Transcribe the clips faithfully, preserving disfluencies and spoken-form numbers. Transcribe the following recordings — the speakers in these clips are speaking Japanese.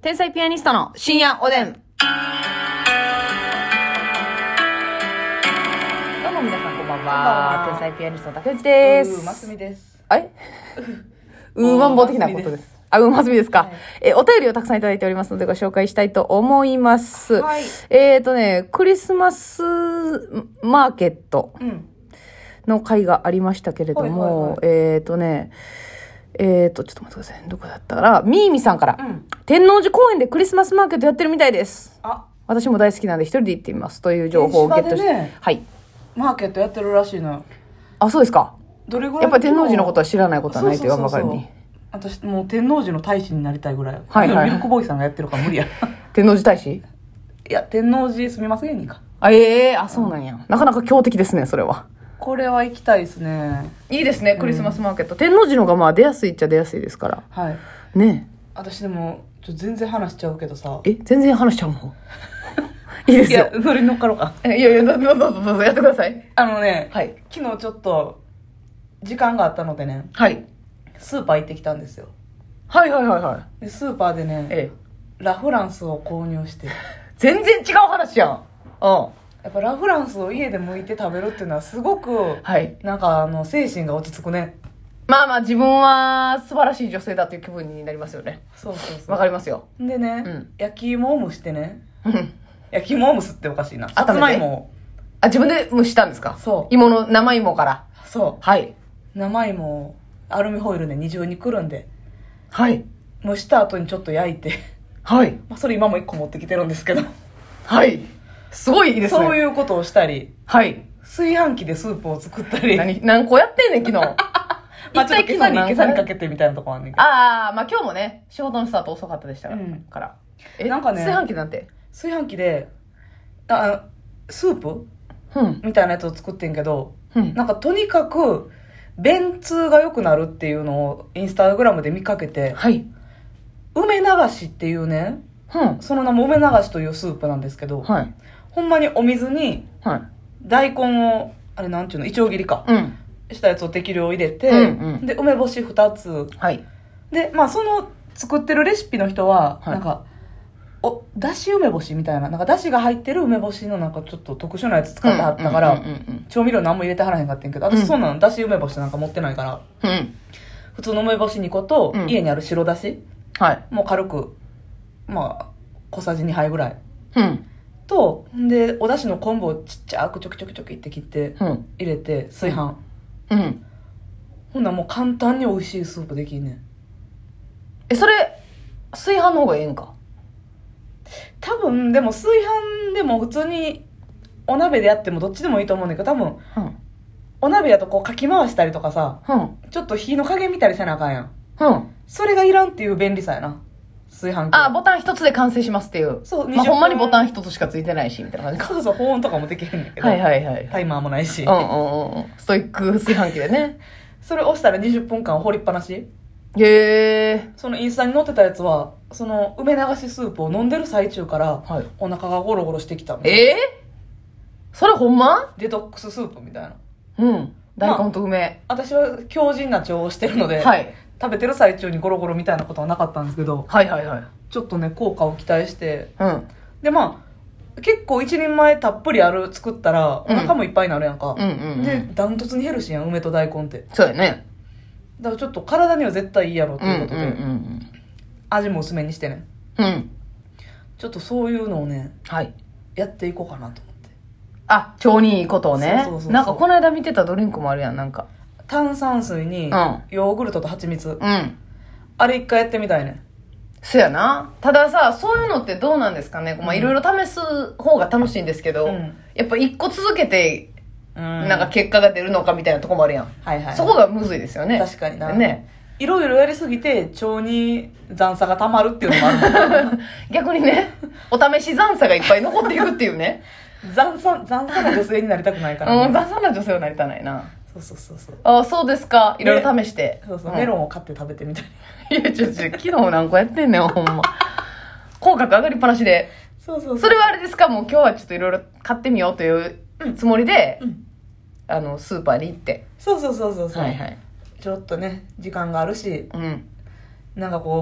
天才ピアニストの深夜おでん。どうも皆さんこんばんは。天才ピアニストの竹内です。 うーますみです。 あれうーまんぼう的なことです。あ、うますみですか、はい、え、お便りをたくさんいただいておりますのでご紹介したいと思います。はい、えっとね、クリスマスマーケットの会がありましたけれども、はいはいはい、えっとね、えっと、ちょっと待ってください。どこだったら、みーみさんから、うん、天王寺公園でクリスマスマーケットやってるみたいです。あ、私も大好きなんで一人で行ってみますという情報をゲットして、ね、はい。 マーケットやってるらしいの。 あ、そうですか。 どれぐらい？ やっぱり天王寺のことは知らないことはないというばかりに。 私もう天王寺の大使になりたいぐらい。はいはい。ミルクボーイさんがやってるから無理や。 天王寺大使？いや、天王寺すみませんにか。 あ、ええー、あ、そうなんや、うん。なかなか強敵ですね、それは。 これは行きたいですね。 いいですね、クリスマスマーケット。うん、天王寺のがまあ出やすいっちゃ出やすいですから。はい。ねえ。 私でも、ちょっと全然話しちゃうけどさ。 え、全然話しちゃうのいいですよ。 いや、それに乗っかろうか。 いやいや、どうぞどうぞどうぞやってください。 あのね、はい、昨日ちょっと、時間があったのでね。はい。スーパー行ってきたんですよ。 はいはいはいはい。 で、スーパーでね、ええ、ラフランスを購入して。 全然違う話やん。うん。 やっぱラフランスを家で剥いて食べるっていうのはすごく、はい、なんかあの精神が落ち着くね。 まあまあ自分は素晴らしい女性だという気分になりますよね。 そうそうそう。 わかりますよ。 でね、うん、焼き芋を蒸してね。 うん。 焼き芋を蒸すっておかしいな。さつまいもを。 あ、自分で蒸したんですか？ そう。 芋の生芋から。 そう。 はい。 生芋をアルミホイルで二重にくるんで。 はい。 蒸した後にちょっと焼いて。はい。まあそれ今も一個持ってきてるんですけど。 はい。すごいいいですね。 そういうことをしたり、はい。炊飯器でスープを作ったり。 何、何個やってんねん、昨日。 まあちょっと今朝に、今朝にかけてみたいなとこあんねんけど。 ああ、まあ今日もね、仕事のスタート遅かったでしたから。うん、からえ、なんかね、炊飯器なんて炊飯器で、あスープ、うん、みたいなやつを作ってんけど、うん、なんかとにかく、便通が良くなるっていうのをインスタグラムで見かけて、はい。梅流しっていうね、うん、その名も梅流しというスープなんですけど、はい。ほんまにお水に、はい、大根を、あれなんていうの、いちょう切りか、うん、したやつを適量入れて、うんうん、で、梅干しふたつ、はい。で、まあ、その作ってるレシピの人は、はい、なんか、お、だし梅干しみたいな、なんかだしが入ってる梅干しのなんかちょっと特殊なやつ使ってはったから、調味料何も入れてはらへんかってんけど、私そんなのだし梅干しなんか持ってないから、うん、普通の梅干しにこと、うん、家にある白だし、はい。もう軽く、まあ、小さじにはいぐらい。うん。と、で、お出汁の昆布をちっちゃくちょきちょきちょきって切って、入れて、炊飯。うん。うん、ほんならもう簡単に美味しいスープできんねん。 え、それ、炊飯の方がええんか？ 多分、でも炊飯でも普通にお鍋でやってもどっちでもいいと思うんだけど、多分、うん、お鍋やとこうかき回したりとかさ、うん、ちょっと火の加減見たりせなあかんやん。うん。それがいらんっていう便利さやな。炊飯器。 あ、ボタン一つで完成しますっていう。そう、まあ、ほんまにボタン一つしかついてないし、みたいな感じか。 そうそう、保温とかもできへんねんけど。 はいはいはい。 タイマーもないし。 うんうんうん。ストイック炊飯器でね。 それ押したらにじゅっぷんかん放りっぱなし。へえ。 そのインスタに載ってたやつは、その梅流しスープを飲んでる最中から、はい、お腹がゴロゴロしてきた。 ええー、それほんま？ デトックススープみたいな。 うん。大根と梅。 まあ、私は強靭な腸をしてるので、はい。食べてる最中にゴロゴロみたいなことはなかったんですけど、はいはいはい。ちょっとね、効果を期待して、うん。で、まあ、結構一人前たっぷりある作ったら、お腹もいっぱいになるやんか。うんうんうんうん、で、ダントツにヘルシーやん、梅と大根って。 そうやね。 だからちょっと体には絶対いいやろということで、うんうんうんうん、味も薄めにしてね。うん。ちょっとそういうのをね、はい。やっていこうかなと思って。 あ、腸にいいことをね。そうそうそうそう。なんかこの間見てたドリンクもあるやん、なんか。 炭酸水に、ヨーグルトと蜂蜜。うん。あれ一回やってみたいね。 そやな。たださ、そういうのってどうなんですかね。まあいろいろ試す方が楽しいんですけど、うん、やっぱ一個続けて、うん、なんか結果が出るのかみたいなとこもあるやん。はいはい、はい。そこがむずいですよね。 確かにな。ね。いろいろやりすぎて、腸に残差が溜まるっていうのもある。 逆にね、お試し残差がいっぱい残っていくっていうね。 残差、残差な女性になりたくないから、 ね。うん、残差な女性はなりたないな。 そうそうそうそう。 ああ、そうですか。いろいろ試して。 そうそう、うん、メロンを買って食べてみたい。 いや、ちょ、ちょ、昨日何個やってんねん、ほんま。口角上がりっぱなしで。そうそうそう。それはあれですか、もう今日はちょっといろいろ買ってみようというつもりで、うん、あの、スーパーに行って。 そうそうそうそうそう。はいはい。ちょっとね、時間があるし、うん。なんかこう、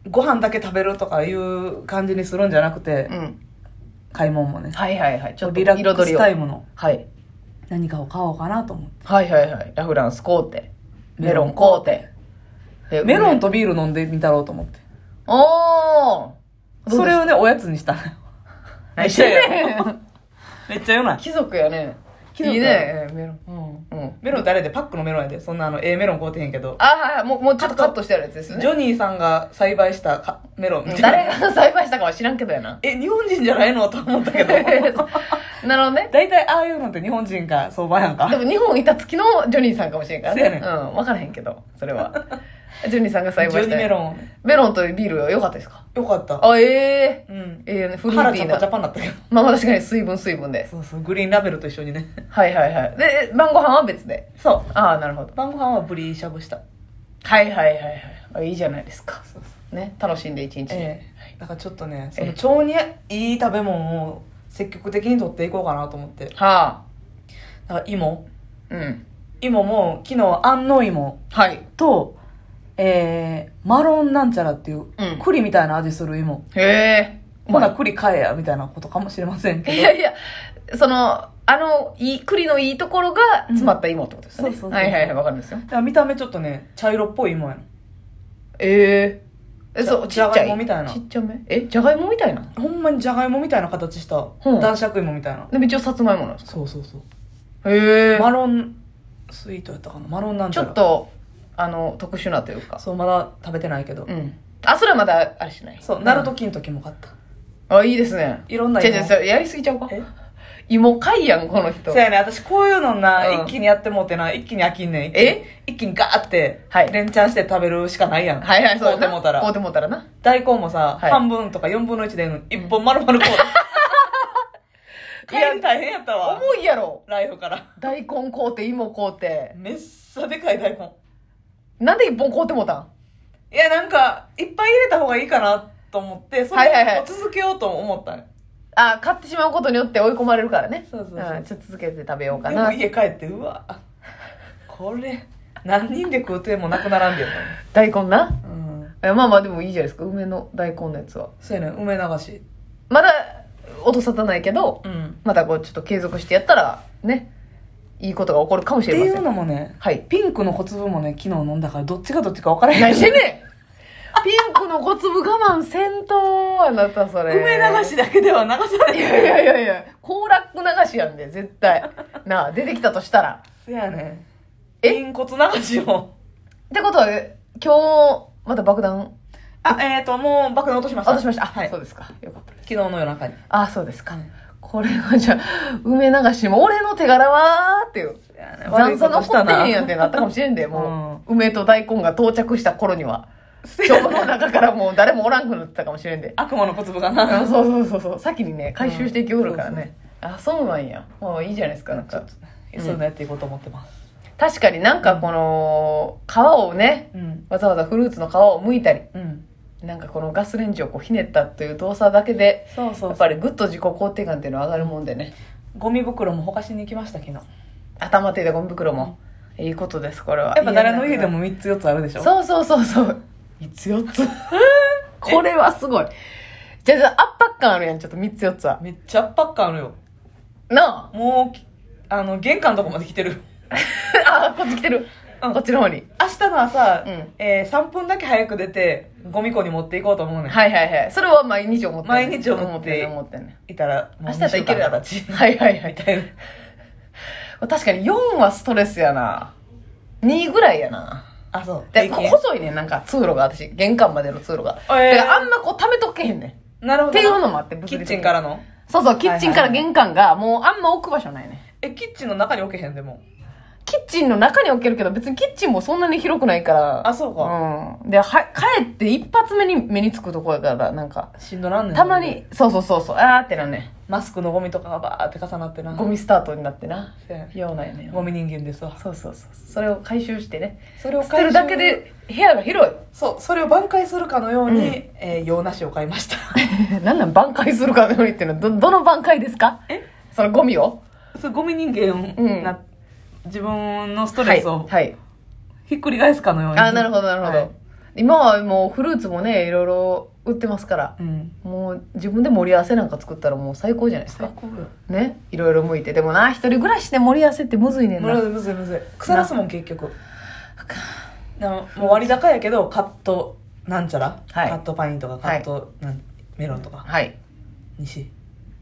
ご飯だけ食べるとかいう感じにするんじゃなくて、うん、買い物もね、 はいはいはい、 ちょっとリラックスタイムの、はい、何かを買おうかなと思って、 はいはいはい、ラフランス買うて、メロン買うて、 メロンとビール飲んでみたろうと思って。 おー、 それをねおやつにしたのよ。めっちゃやめっちゃよない。 貴族やね。いいね、メロン。 うん。うん、メロンってあれでパックのメロンやで。そんなあの、ええメロン買うてへんけど。 あはいはい、もう、もうちょっとカットしてあるやつですよね。 ジョニーさんが栽培したかメロン。 誰が栽培したかは知らんけどやな。 え、日本人じゃないのと思ったけど。 なるほどね。 大体ああいうのって日本人が相場やんか。 でも日本いた月のジョニーさんかもしれんからね。 そうやねん。うん、わからへんけど、それは。ジョニーさんが栽培した。 ジョニーメロン。 メロンとビールは良かったですか？ 良かった。 あ、ええー。うん。 ええー、 フルーティーな。腹チャパチャパになったけど。 まあまあ確かに水分水分で。 そうそう、グリーンラベルと一緒にね。 はいはいはい。で、晩ご飯は別で。 そう。 ああ、なるほど。 晩ご飯はブリしゃぶした。 はいはいはいはい。あ、いいじゃないですか。そうそうね、楽しんで一日。 ええー。だからちょっとね、その腸にいい食べ物を積極的に取っていこうかなと思って。 はあ。 だから芋。 うん。 芋も、昨日安納芋。 はい。 と、えー、マロンなんちゃらっていう、うん、栗みたいな味する芋。 へえ。 ほな栗買えや、みたいなことかもしれませんけど。 いやいや、その、あの、いい、栗のいいところが詰まった芋ってことですね。うん、そうそうそう。はいはいはい、わかるんですよ。 だから見た目ちょっとね、茶色っぽい芋やの。 ええー。え、そう、 じゃがいもみたいな。 ちっちゃめえ、じゃがいもみたいなほんまにじゃがいもみたいな形した、男爵芋みたいな。 でも一応さつまいもなんですか？ そうそうそう。 へえ。 マロンスイートやったかな、マロンなんちゃら。 ちょっと、あの、特殊なというか。 そう、まだ食べてないけど。 うん。あ、それはまだ、あれしない。 そう、ナルトキの時も買った。 あ、いいですね。 いろんな芋。 違う違う、やりすぎちゃうか？え芋買いやん、この人。 そうやね、私こういうのな、うん、一気にやってもうてな、一気に飽きんねん。 え一気にガーって、はい、連チャンして食べるしかないやん。 はいはい、そう。 こうてもうたら。 こうてもうたらな。 大根もさ、はい、半分とか四分の一で一本丸々こう。帰り大変やったわ。 重いやろ。 ライフから。 大根買うて、芋買うて。 めっさでかい大根。 なんで一本買うてもうたん？ いや、なんか、いっぱい入れた方がいいかなと思って、それを続けようと思ったん、はいはいはい、 あ、買ってしまうことによって追い込まれるからね。 そうそうそう。 うん、ちょっと続けて食べようかな。 でも家帰って、うわ、これ、何人で食うてもなくならんでよ。 大根な。 うん。 まあまあでもいいじゃないですか、梅の大根のやつは。 そうやね、梅流し。 まだ、音沙汰ないけど、 うん、 またこうちょっと継続してやったら、ね、いいことが起こるかもしれません。 っていうのもね、 はい。 ピンクの小粒もね、昨日飲んだから、どっちがどっちか分からへん。 何してんねんピンクの小粒我慢せんと、あなたそれ。 梅流しだけでは流されない。 いやいやいやいや、行楽流しやんで、絶対。なあ、出てきたとしたら。 そやね。 えピン骨流しを。 ってことは、今日、また爆弾。 あ、えっ、ー、と、もう爆弾落としました。 落としました。はい。そうですか。よかったです。 昨日の夜中に。 あ、そうですか。うん、これはじゃあ、梅流しも、俺の手柄はーっていう。残差残ってへんやんってなったかもしれんで、もう、うん、梅と大根が到着した頃には。腸の中からもう誰もおらんくなってたかもしれんで。 悪魔の小粒がな。 そうそうそうそう。先にね、回収していきおるからね。うん、そうそうあ、そうなんや。もういいじゃないですか、なんか。 そういうのやっていこうと思ってます。 確かになんかこの、皮をね、うん、わざわざフルーツの皮を剥いたり、うん、なんかこのガスレンジをこうひねったという動作だけで、そうそうそう、やっぱりぐっと自己肯定感っていうのは上がるもんでね。 ゴミ袋もほかしに行きました昨日。 頭手でゴミ袋も、うん、いいことですこれは。 やっぱ誰の家でもみっつよっつあるでしょ。 そうそうそうそうみっつよっつこれはすごい。じゃあじゃあ圧迫感あるやん、ちょっとみっつよっつは。 めっちゃ圧迫感あるよなあ。 もうあの玄関のとこまで来てるあ、こっち来てる、うん、こっちの方に。 明日の朝、うん、えー、さんぷんだけ早く出てゴミ庫に持っていこうと思うねん。 はいはいはい。それは毎日思ってんねん。毎日思って思ってんねんいたらもう明日だったらいけるやろ。はいはいはい。確かによんはストレスやな。にぐらいやな。 あ、そう。 で、細いねん、なんか通路が、私、玄関までの通路が。えー、だからあんまこう溜めとけへんねん。なるほど。 っていうのもあって、 キッチンからのそうそう、キッチンから玄関が、もうあんま置く場所ないね。 え、キッチンの中に置けへんでも。 キッチンの中に置けるけど、別にキッチンもそんなに広くないから。 あ、そうか。 うん。で、は、帰って一発目に目につくとこやから、なんか。 しんどなんねん。 たまに、そうそうそうそう、あーってなんね。 マスクのゴミとかがバーって重なってな。 ゴミスタートになってな。ようないね。 ゴミ人間ですわ。 そうそうそう。それを回収してね。 それを捨てるだけで部屋が広い。 そう、それを挽回するかのように、うん、えー、洋梨を買いました。 なんなん挽回するかのようにっていうのは、ど、どの挽回ですか？えそのゴミをそう、ゴミ人間な、うん、自分のストレスを、はい、はい、ひっくり返すかのように。 あ、なるほどなるほど。はい、 今はもうフルーツもね、いろいろ売ってますから、 うん、 もう自分で盛り合わせなんか作ったらもう最高じゃないですか。 最高よ。 ね、いろいろ剥いて。でもな、一人暮らしで盛り合わせってむずいねんな。 むずいむずいむずい。腐らすもん結局。でももう割高やけど、カットなんちゃら、はい、カットパインとかカット、はい、なんメロンとか。はい。西。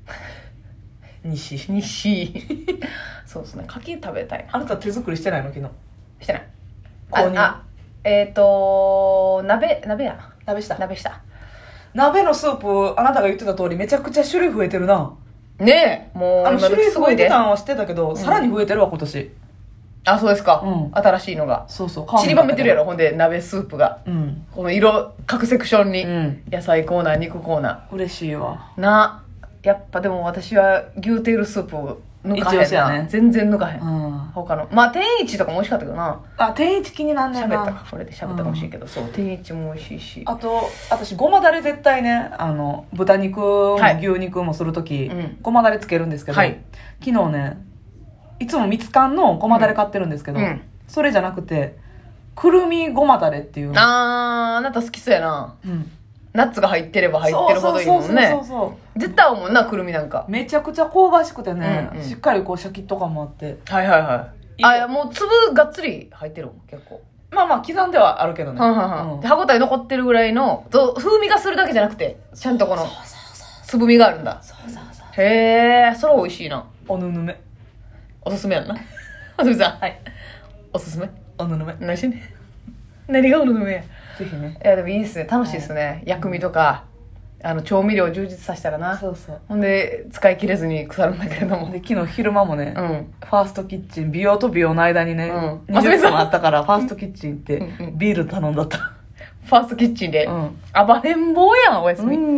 西。 西。そうですね。柿食べたい。 あなた手作りしてないの昨日。 してない。購入。あ、えっ、ー、と鍋、鍋やな。 鍋した。 鍋した。 鍋のスープ、あなたが言ってた通りめちゃくちゃ種類増えてるな。 ねえ、もう、 あの種類増えてたんは知ってたけど、うん、さらに増えてるわ、今年。 あ、そうですか。 うん、 新しいのが。 そうそう。 散りばめてるやろ、ほんで、鍋スープが。うん。この色、各セクションに。うん、野菜コーナー、肉コーナー。嬉しいわ。 な。やっぱでも私は牛テールスープを抜かへんな、ね、全然抜かへん、うん、他のまあ天一とかも美味しかったけどな。 あ、天一気になんねんな。 喋ったかこれで喋ったかもしれんけど、うん、そう天一も美味しいし、 あと私ごまだれ絶対ね、あの豚肉も牛肉もするとき、はい、ごまだれつけるんですけど、はい、昨日ねいつも蜜柑のごまだれ買ってるんですけど、うん、それじゃなくてくるみごまだれっていう。 あー、あなた好きそうやな。うん、ナッツが入ってれば入ってるほどいいもんね。絶対合うもんな、くるみなんか。 めちゃくちゃ香ばしくてね、うんうん、しっかりこうシャキッと感もあって。 はいはいはい。あ、いやもう粒がっつり入ってるもん、結構。 まあまあ刻んではあるけどね。 はんはんはん、うん、歯応え残ってるぐらいの、風味がするだけじゃなくて、ちゃんとこの粒みがあるんだ。そうそうそう。へー、それ美味しいな。 おぬぬめ。 おすすめやんな。おすすめさん。はい。おすすめおぬぬめ。 何しんね何がおぬぬめや。 ぜひね。 いやでもいいですね、楽しいですね、はい、薬味とかあの調味料充実させたらな。 そうそう。 ほんで使い切れずに腐るんだけれども。 で昨日昼間もね、うん、ファーストキッチン、美容と美容の間にね、うん、にじゅっぷんあったからファーストキッチンってビール頼んだった。 ファーストキッチンで、うん、暴れん坊やんおやすみ。